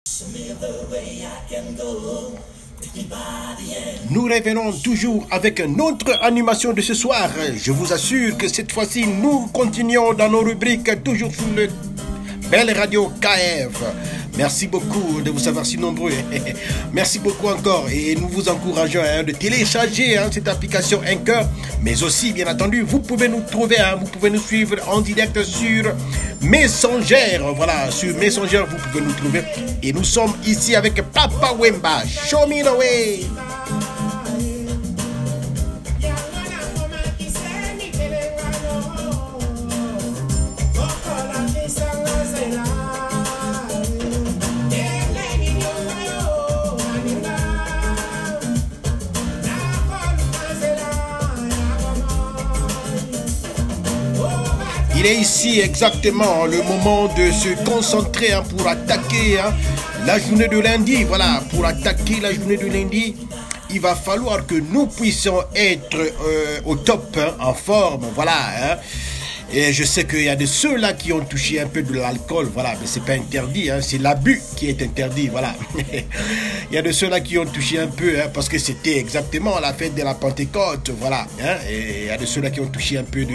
Nous revenons toujours avec notre animation de ce soir. Je vous assure que cette fois-ci, nous continuons dans nos rubriques, toujours sur le Belle Radio KF. Merci beaucoup de vous savoir si nombreux. Merci beaucoup encore. Et nous vous encourageons de télécharger cette application Anchor. Mais aussi, bien entendu, vous pouvez nous trouver, vous pouvez nous suivre en direct sur Messenger. Voilà, sur Messenger, vous pouvez nous trouver. Et nous sommes ici avec Papa Wemba. Show me the way. Il est ici exactement le moment de se concentrer pour attaquer la journée de lundi. Voilà, pour attaquer la journée de lundi, il va falloir que nous puissions être au top, en forme. Voilà. Et je sais qu'il y a de ceux-là qui ont touché un peu de l'alcool. Voilà, mais c'est pas interdit. C'est l'abus qui est interdit. Voilà. Il y a de ceux-là qui ont touché un peu parce que c'était exactement la fête de la Pentecôte. Voilà. Et il y a de ceux-là qui ont touché un peu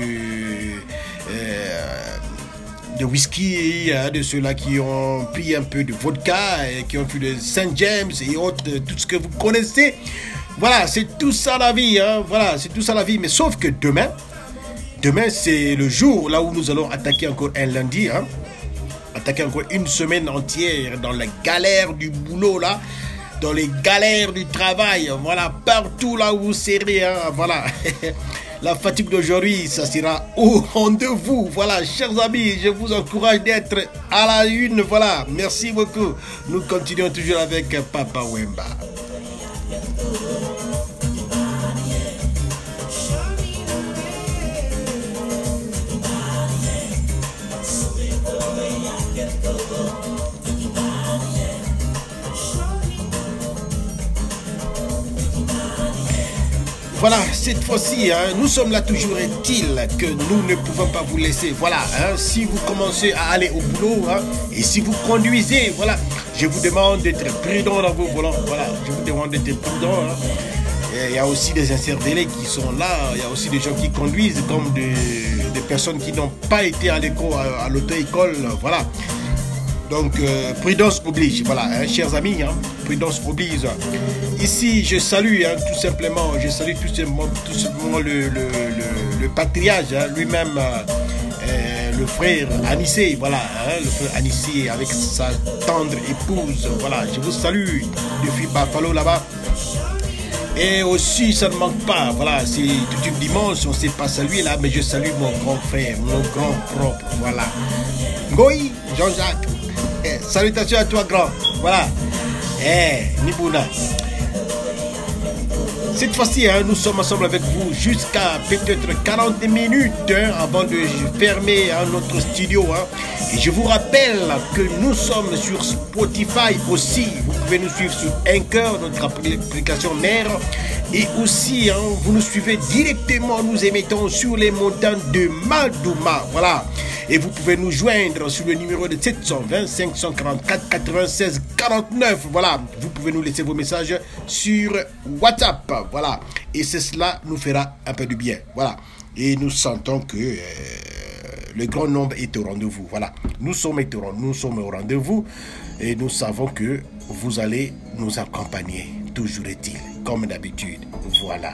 de whisky, de ceux-là qui ont pris un peu de vodka, et qui ont pris de Saint James et autres, tout ce que vous connaissez. Voilà, c'est tout ça la vie. Voilà, c'est tout ça la vie. Mais sauf que demain, c'est le jour là où nous allons attaquer encore un lundi. Attaquer encore une semaine entière dans la galère du boulot là. Dans les galères du travail. Voilà, partout là où vous serez. Voilà. La fatigue d'aujourd'hui, ça sera au rendez-vous. Voilà, chers amis, je vous encourage d'être à la une. Voilà, merci beaucoup. Nous continuons toujours avec Papa Wemba. Voilà, cette fois-ci, nous sommes là toujours. Est-il que nous ne pouvons pas vous laisser. Voilà, si vous commencez à aller au boulot et si vous conduisez, voilà, je vous demande d'être prudent dans vos volants. Voilà, je vous demande d'être prudent. Il y a aussi des incervelés qui sont là. Il y a aussi des gens qui conduisent comme des personnes qui n'ont pas été à l'école, à l'auto-école. Voilà. Donc, prudence oblige, voilà, chers amis, prudence oblige. Ici, je salue, tout simplement, tout simplement le patriarche, lui-même, le frère Anissé, voilà, le frère Anissé avec sa tendre épouse, voilà, je vous salue depuis Buffalo là-bas. Et aussi, ça ne manque pas, voilà, c'est toute une dimanche, on ne s'est pas salué là, mais je salue mon grand frère, mon grand propre, voilà. Ngoï, Jean-Jacques. Salutations à toi, grand. Voilà. Nibouna. Cette fois-ci, nous sommes ensemble avec vous jusqu'à peut-être 40 minutes avant de fermer notre studio. Et je vous rappelle que nous sommes sur Spotify aussi. Vous pouvez nous suivre sur Anchor, notre application mère. Et aussi, vous nous suivez directement, nous émettons sur les montagnes de Madouma. Voilà. Et vous pouvez nous joindre sur le numéro de 720 544 96 49. Voilà. Vous pouvez nous laisser vos messages sur WhatsApp. Voilà. Et cela nous fera un peu du bien. Voilà. Et nous sentons que le grand nombre est au rendez-vous. Voilà. Nous sommes au rendez-vous. Et nous savons que vous allez nous accompagner. Toujours est-il. Comme d'habitude. Voilà.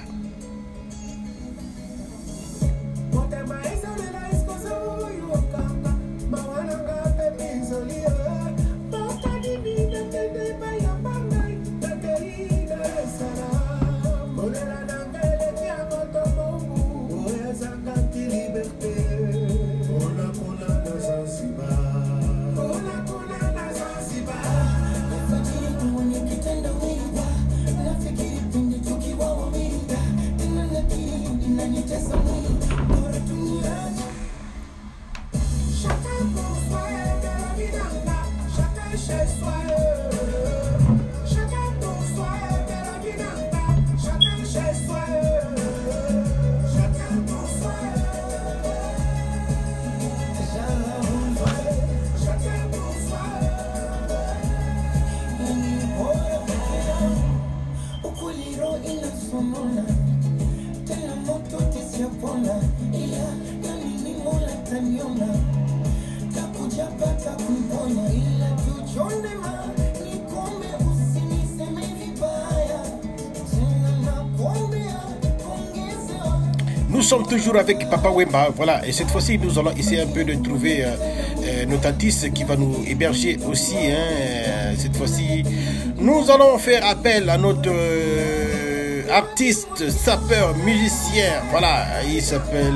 Nous sommes toujours avec Papa Wemba, voilà, et cette fois-ci nous allons essayer un peu de trouver notre artiste qui va nous héberger aussi, cette fois-ci nous allons faire appel à notre artiste, sapeur, musicien, voilà, il s'appelle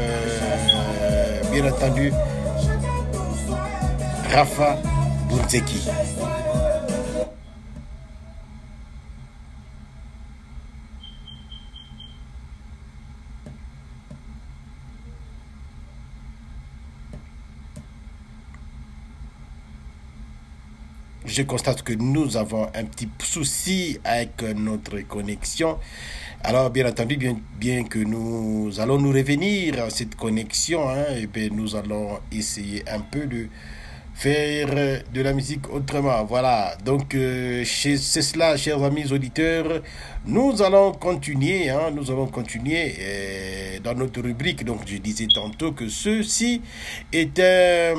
bien entendu Rafa Bunzeki. Je constate que nous avons un petit souci avec notre connexion. Alors, bien entendu, bien que nous allons nous revenir à cette connexion, et bien, nous allons essayer un peu de faire de la musique autrement. Voilà, donc c'est cela, chers amis auditeurs, nous allons continuer, dans notre rubrique. Donc je disais tantôt que ceci est un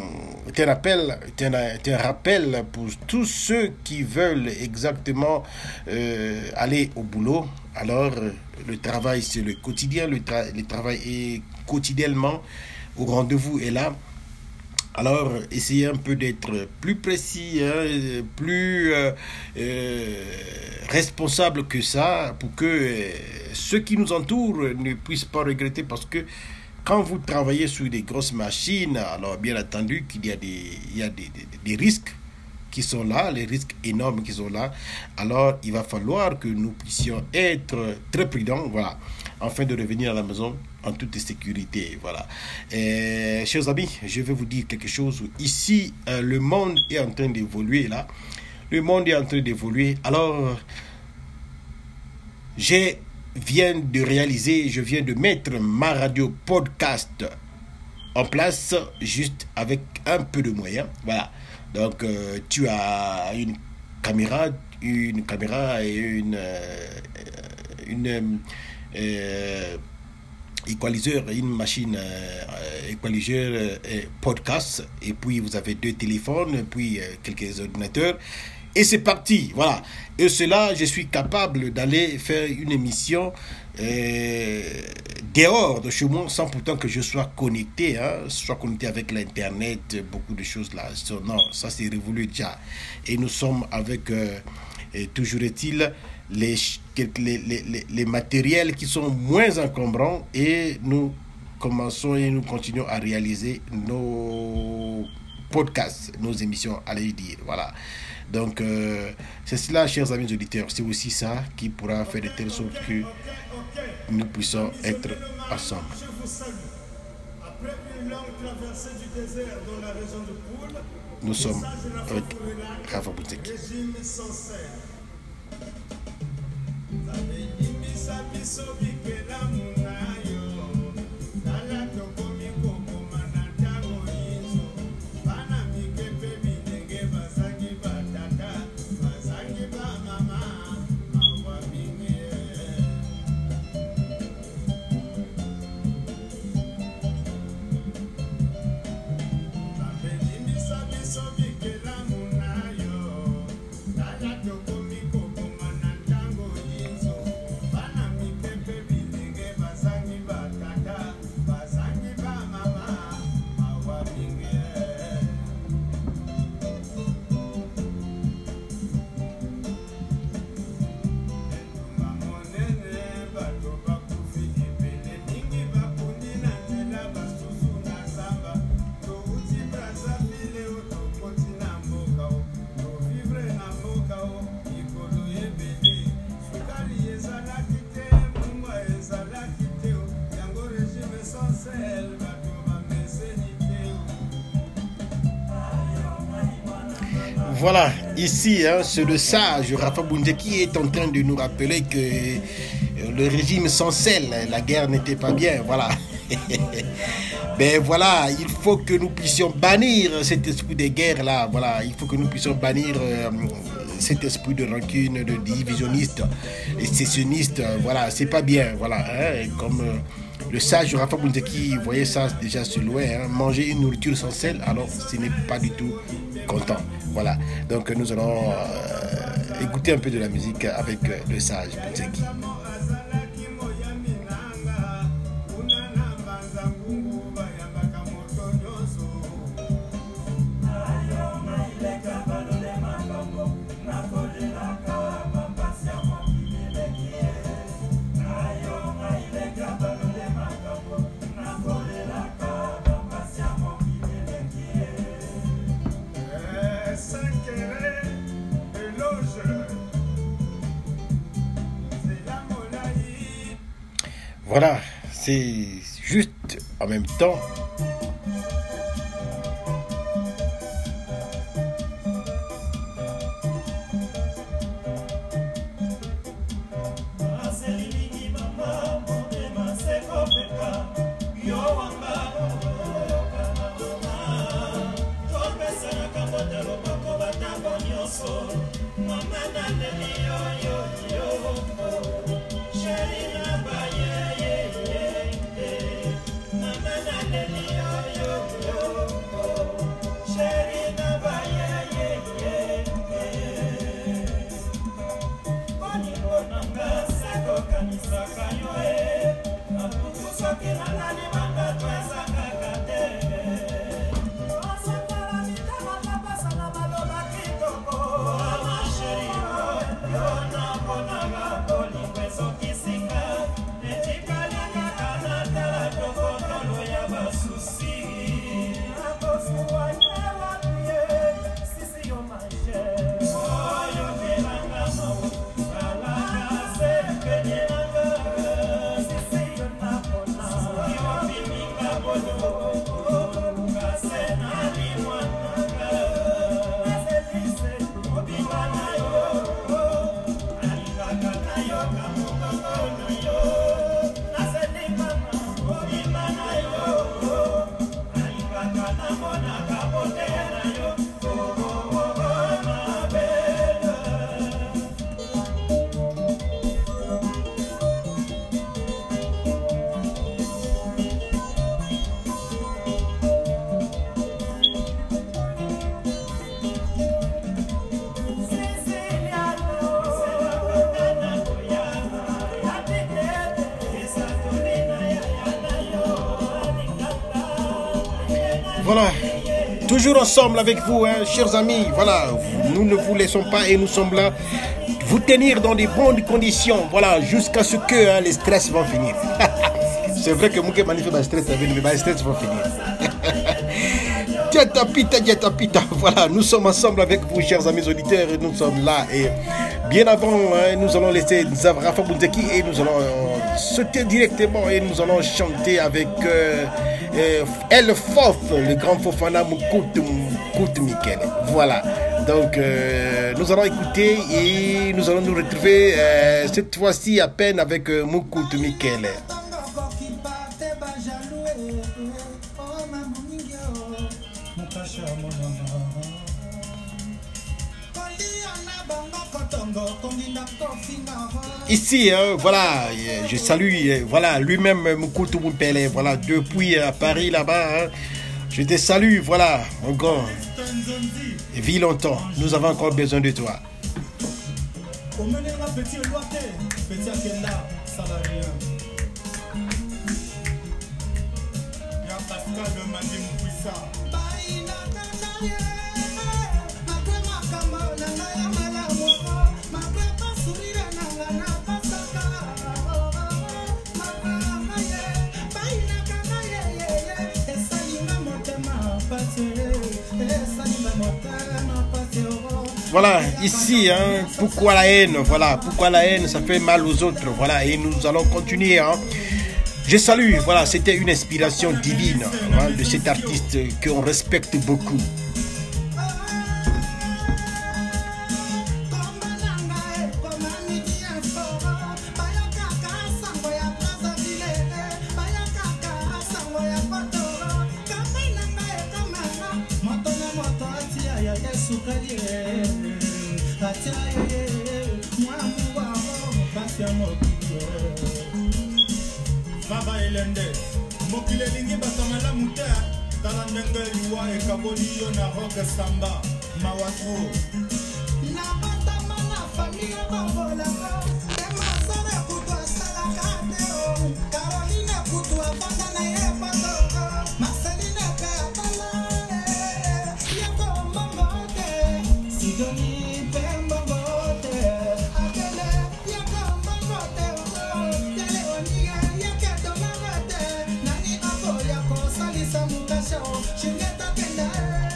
rappel pour tous ceux qui veulent exactement aller au boulot. Alors le travail c'est le quotidien, le travail est quotidiennement au rendez-vous est là. Alors, essayez un peu d'être plus précis, plus responsable que ça, pour que ceux qui nous entourent ne puissent pas regretter, parce que quand vous travaillez sur des grosses machines, alors bien entendu qu'il y a des risques qui sont là, les risques énormes qui sont là. Alors, il va falloir que nous puissions être très prudents, voilà, afin de revenir à la maison en toute sécurité, voilà. Chers amis, je vais vous dire quelque chose. Ici, le monde est en train d'évoluer, là. Le monde est en train d'évoluer. Alors, je viens de mettre ma radio podcast en place, juste avec un peu de moyens, voilà. Donc, tu as une caméra et une équaliseur, une machine équaliseur podcast, et puis vous avez 2 téléphones, puis quelques ordinateurs, et c'est parti, voilà. Et cela, je suis capable d'aller faire une émission dehors de chez moi, sans pourtant que je sois connecté, avec l'internet, beaucoup de choses là. Non, ça c'est révolu déjà. Et nous sommes avec, toujours est-il, les matériels qui sont moins encombrants, et nous commençons et nous continuons à réaliser nos podcasts, nos émissions, allez dire, voilà. Donc c'est cela, chers amis auditeurs, c'est aussi ça qui pourra faire de telle sorte que nous puissions être ensemble. Je vous salue. Après une longue traversée du désert dans la région de Poule, nous sommes avec Rafa Bunzeki. régime sincère. Voilà, ici, c'est le sage Rafa Bunzeki qui est en train de nous rappeler que le régime sans sel, la guerre n'était pas bien, voilà. Ben voilà, il faut que nous puissions bannir cet esprit de guerre là, voilà, il faut que nous puissions bannir cet esprit de rancune, de divisionniste et sécessionniste, voilà, c'est pas bien, voilà, comme le sage Rafa Bounzeki, vous voyez ça déjà sur loin, hein, manger une nourriture sans sel, alors ce n'est pas du tout content. Voilà, donc nous allons écouter un peu de la musique avec le sage Bounzeki. Voilà, c'est juste en même temps. Voilà, toujours ensemble avec vous, hein, chers amis. Voilà, nous ne vous laissons pas et nous sommes là vous tenir dans de bonnes conditions. Voilà, jusqu'à ce que les stress vont finir. C'est vrai que moi qui manifeste le stress, mais les stress vont finir. Diatapita. Voilà, nous sommes ensemble avec vous, chers amis auditeurs, et nous sommes là. Et bien avant, hein, nous allons laisser Rafa Bounzeki et nous allons sauter directement et nous allons chanter avec El Fof, le grand Fofana Moukout Mikel. Voilà, donc nous allons écouter et nous allons nous retrouver cette fois-ci à peine avec Moukout Mikel. Ici, voilà, je salue, voilà, lui-même, Moukout Mikel, voilà, depuis Paris là-bas, hein, je te salue, voilà, encore, vis longtemps, nous avons encore besoin de toi. Voilà, ici, hein, pourquoi la haine? Voilà, pourquoi la haine? Ça fait mal aux autres. Voilà, et nous allons continuer. Hein. Je salue, voilà, c'était une inspiration divine, hein, de cet artiste qu'on respecte beaucoup. Baba Melende. Mokile lingi batamala muta. Talandenge yuwa e kaboli yo na rock samba. Mawatro. Na batama na familia babola. Ema sara kutu asala kateo. Carolina kutu abanda na yepato. Marcelina pe abala. Yako mbote. Sidoni pe mbote. Adele yako mbote. Dele oniga yake domate. Nani abo yako salisa mukasho. Shingeta kenda.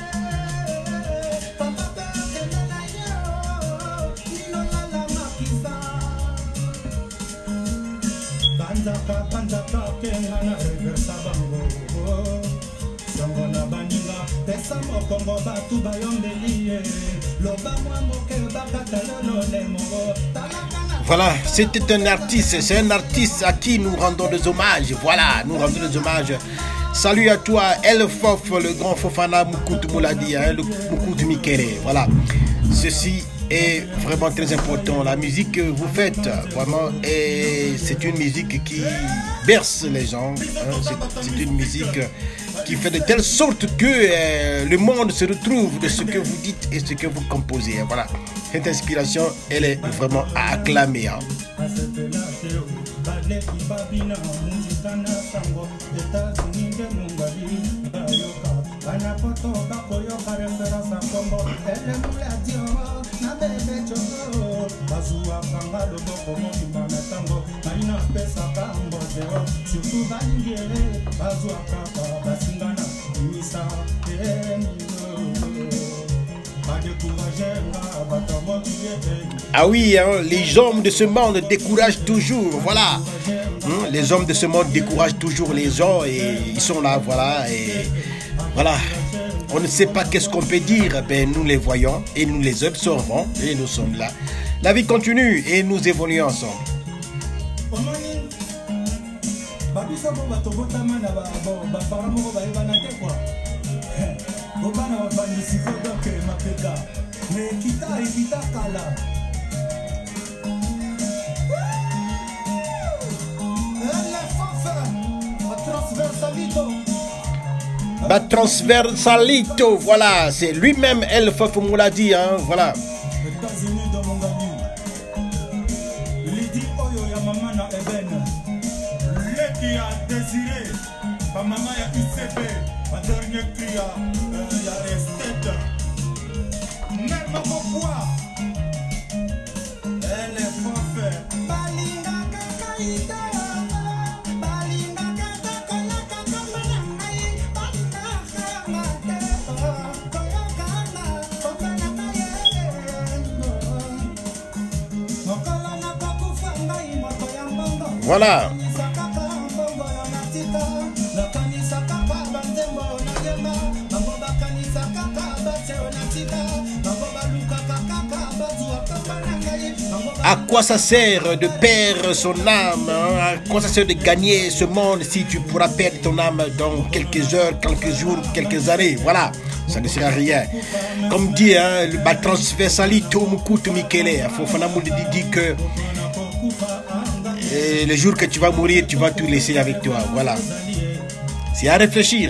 Voilà, c'était un artiste, c'est un artiste à qui nous rendons des hommages. Voilà, nous rendons des hommages. Salut à toi, El Fof, le grand Fofana Mukutu Mouladi, hein, le Mukutu Mikele. Voilà, ceci est vraiment très important. La musique que vous faites, vraiment, c'est une musique qui berce les gens. Hein, c'est une musique qui fait de telle sorte que le monde se retrouve de ce que vous dites et ce que vous composez. Voilà, cette inspiration, elle est vraiment à acclamer. Hein. Ah oui, hein, les hommes de ce monde découragent toujours, voilà. Les hommes de ce monde découragent toujours les gens et ils sont là, voilà. Et voilà, on ne sait pas qu'est-ce qu'on peut dire, ben nous les voyons et nous les observons et nous sommes là. La vie continue et nous évoluons ensemble. Transversalito, voilà, c'est lui-même El Fof Mouladi, hein, voilà. Voilà. À quoi ça sert de perdre son âme, hein? À quoi ça sert de gagner ce monde si tu pourras perdre ton âme dans quelques heures, quelques jours, quelques années? Voilà, ça ne sert à rien. Comme dit hein, le transversalito Mukutu Mikele, Fofana Mouladi dit que le jour que tu vas mourir, tu vas tout laisser avec toi. Voilà. C'est à réfléchir.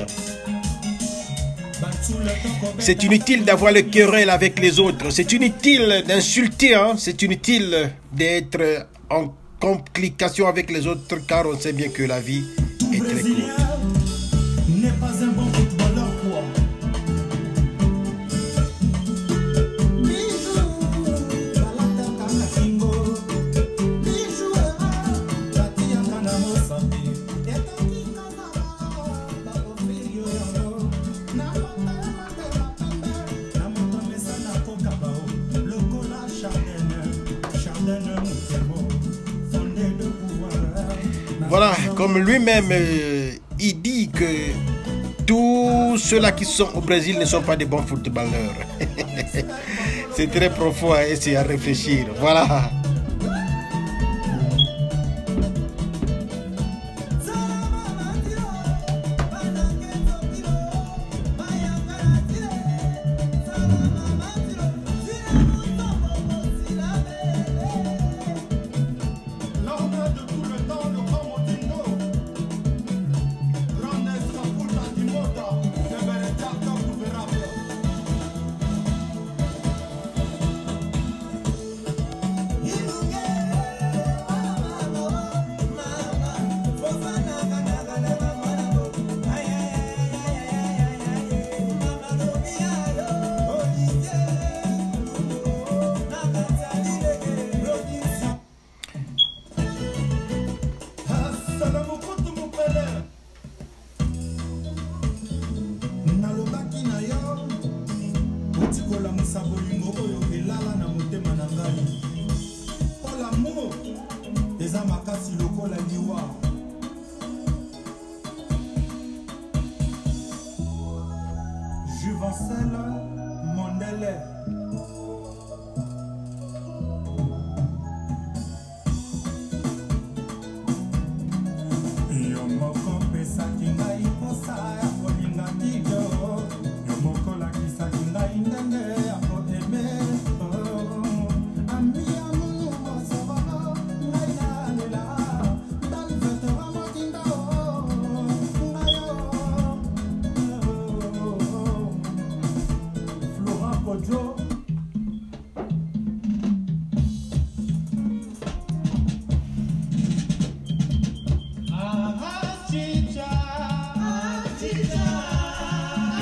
C'est inutile d'avoir le querelle avec les autres. C'est inutile d'insulter. Hein? C'est inutile d'être en complication avec les autres car on sait bien que la vie est très courte. N'est pas un bon footballeur, quoi. Voilà, comme lui-même, il dit que tous ceux-là qui sont au Brésil ne sont pas des bons footballeurs. C'est très profond et c'est à réfléchir. Voilà.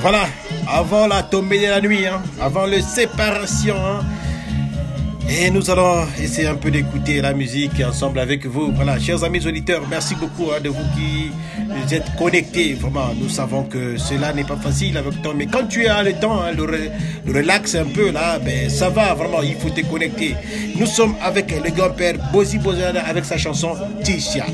Voilà, avant la tombée de la nuit, hein, avant la séparation. Hein. Et nous allons essayer un peu d'écouter la musique ensemble avec vous. Voilà, chers amis auditeurs, merci beaucoup de vous qui êtes connectés. Vraiment, nous savons que cela n'est pas facile avec le temps. Mais quand tu as le temps, hein, le relax un peu, là, ben, ça va, vraiment, il faut te connecter. Nous sommes avec le grand-père Bozi Bozana avec sa chanson Tisha.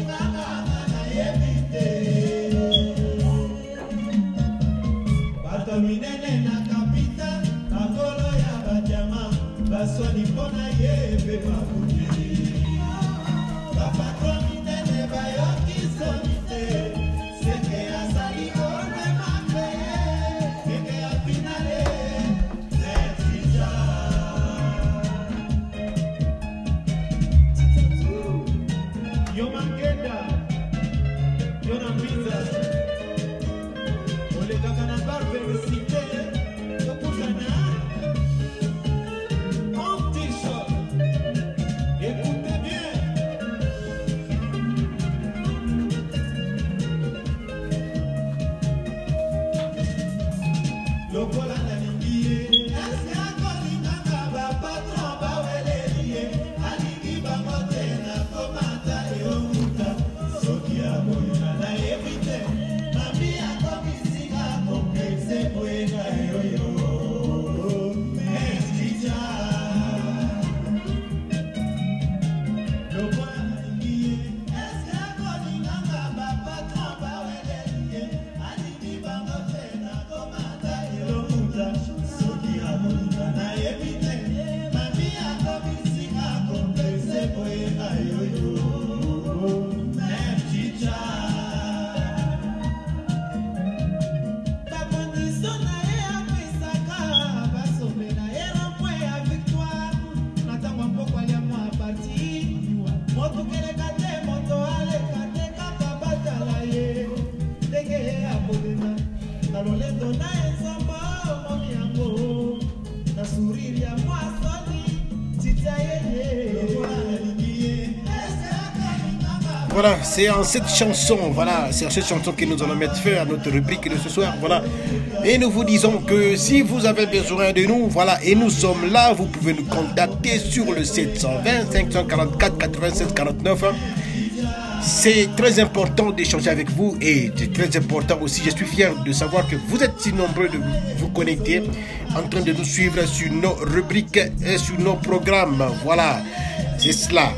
Voilà, c'est en cette chanson, voilà, c'est en cette chanson que nous allons mettre fin à notre rubrique de ce soir, voilà. Et nous vous disons que si vous avez besoin de nous, voilà, et nous sommes là, vous pouvez nous contacter sur le 720 544 96 49. C'est très important d'échanger avec vous et c'est très important aussi, je suis fier de savoir que vous êtes si nombreux de vous connecter, en train de nous suivre sur nos rubriques et sur nos programmes, voilà, c'est cela.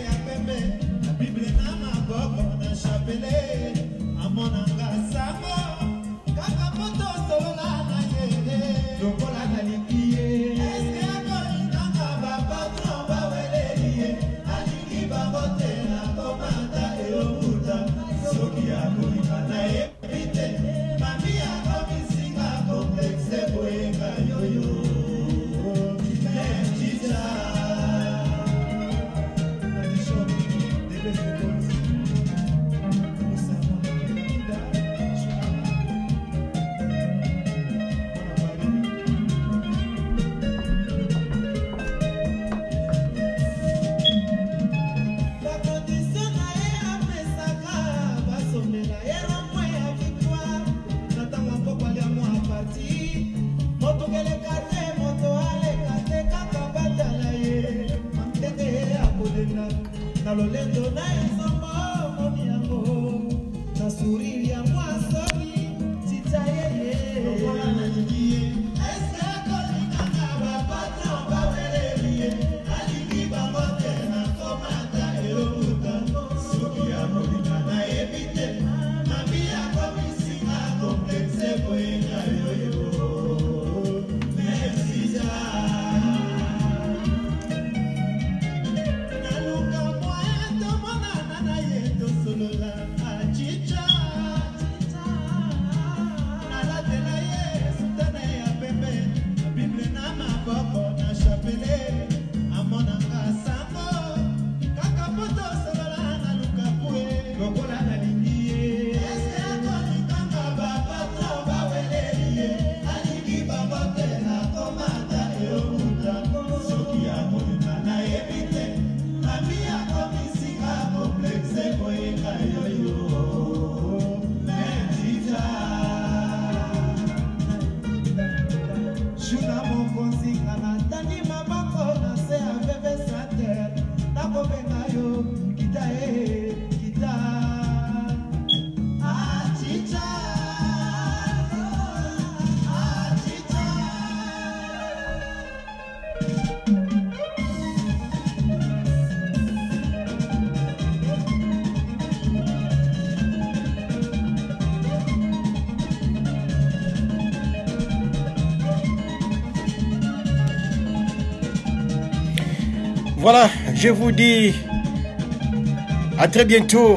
Voilà, je vous dis à très bientôt.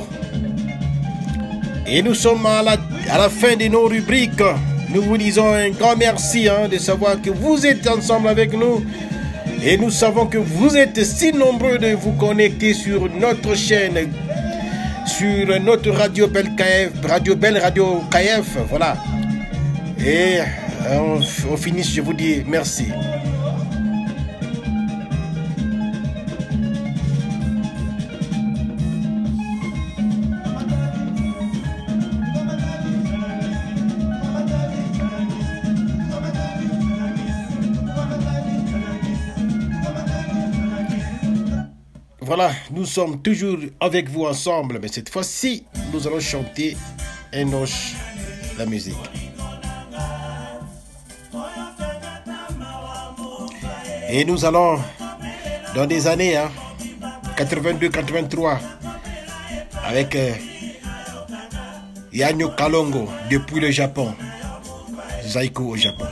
Et nous sommes à la fin de nos rubriques. Nous vous disons un grand merci de savoir que vous êtes ensemble avec nous. Et nous savons que vous êtes si nombreux de vous connecter sur notre chaîne, sur notre radio Belle KF, Radio KF, voilà. Et au finish, je vous dis merci. Voilà, nous sommes toujours avec vous ensemble, mais cette fois-ci, nous allons chanter Enoch, la musique. Et nous allons, dans des années, 82-83, avec Yanyo Kalongo, depuis le Japon, Zaiko au Japon.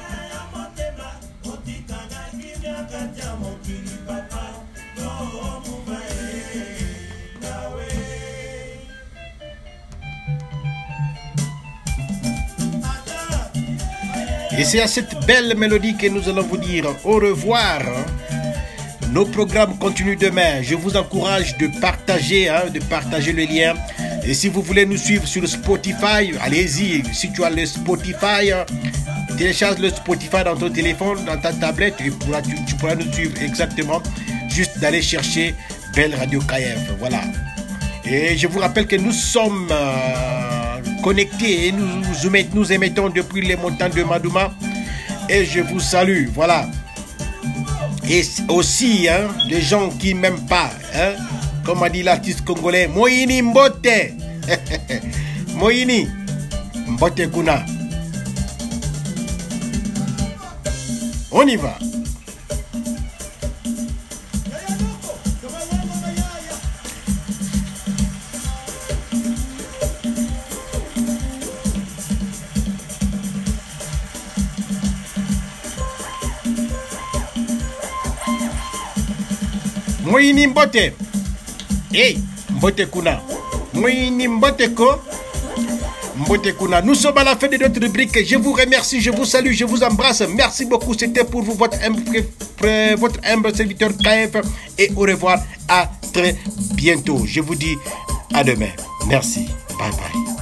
Et c'est à cette belle mélodie que nous allons vous dire au revoir. Nos programmes continuent demain. Je vous encourage de partager le lien. Et si vous voulez nous suivre sur Spotify, allez-y. Si tu as le Spotify, télécharge le Spotify dans ton téléphone, dans ta tablette, et tu pourras nous suivre exactement. Juste d'aller chercher Belle Radio KF. Voilà. Et je vous rappelle que nous sommes connectés et nous émettons depuis les montagnes de Madouma. Et je vous salue. Voilà. Et aussi, les gens qui ne m'aiment pas, comme a dit l'artiste congolais, Moïni Mbote. Moïni Mbote Kuna. On y va. Moïni Mbote. Hey, Mbote Kuna. Moïni Mbote Ko. Mbote Kuna. Nous sommes à la fin de notre rubrique. Je vous remercie, je vous salue, je vous embrasse. Merci beaucoup. C'était pour vous votre humble serviteur KF. Et au revoir. À très bientôt. Je vous dis à demain. Merci. Bye bye.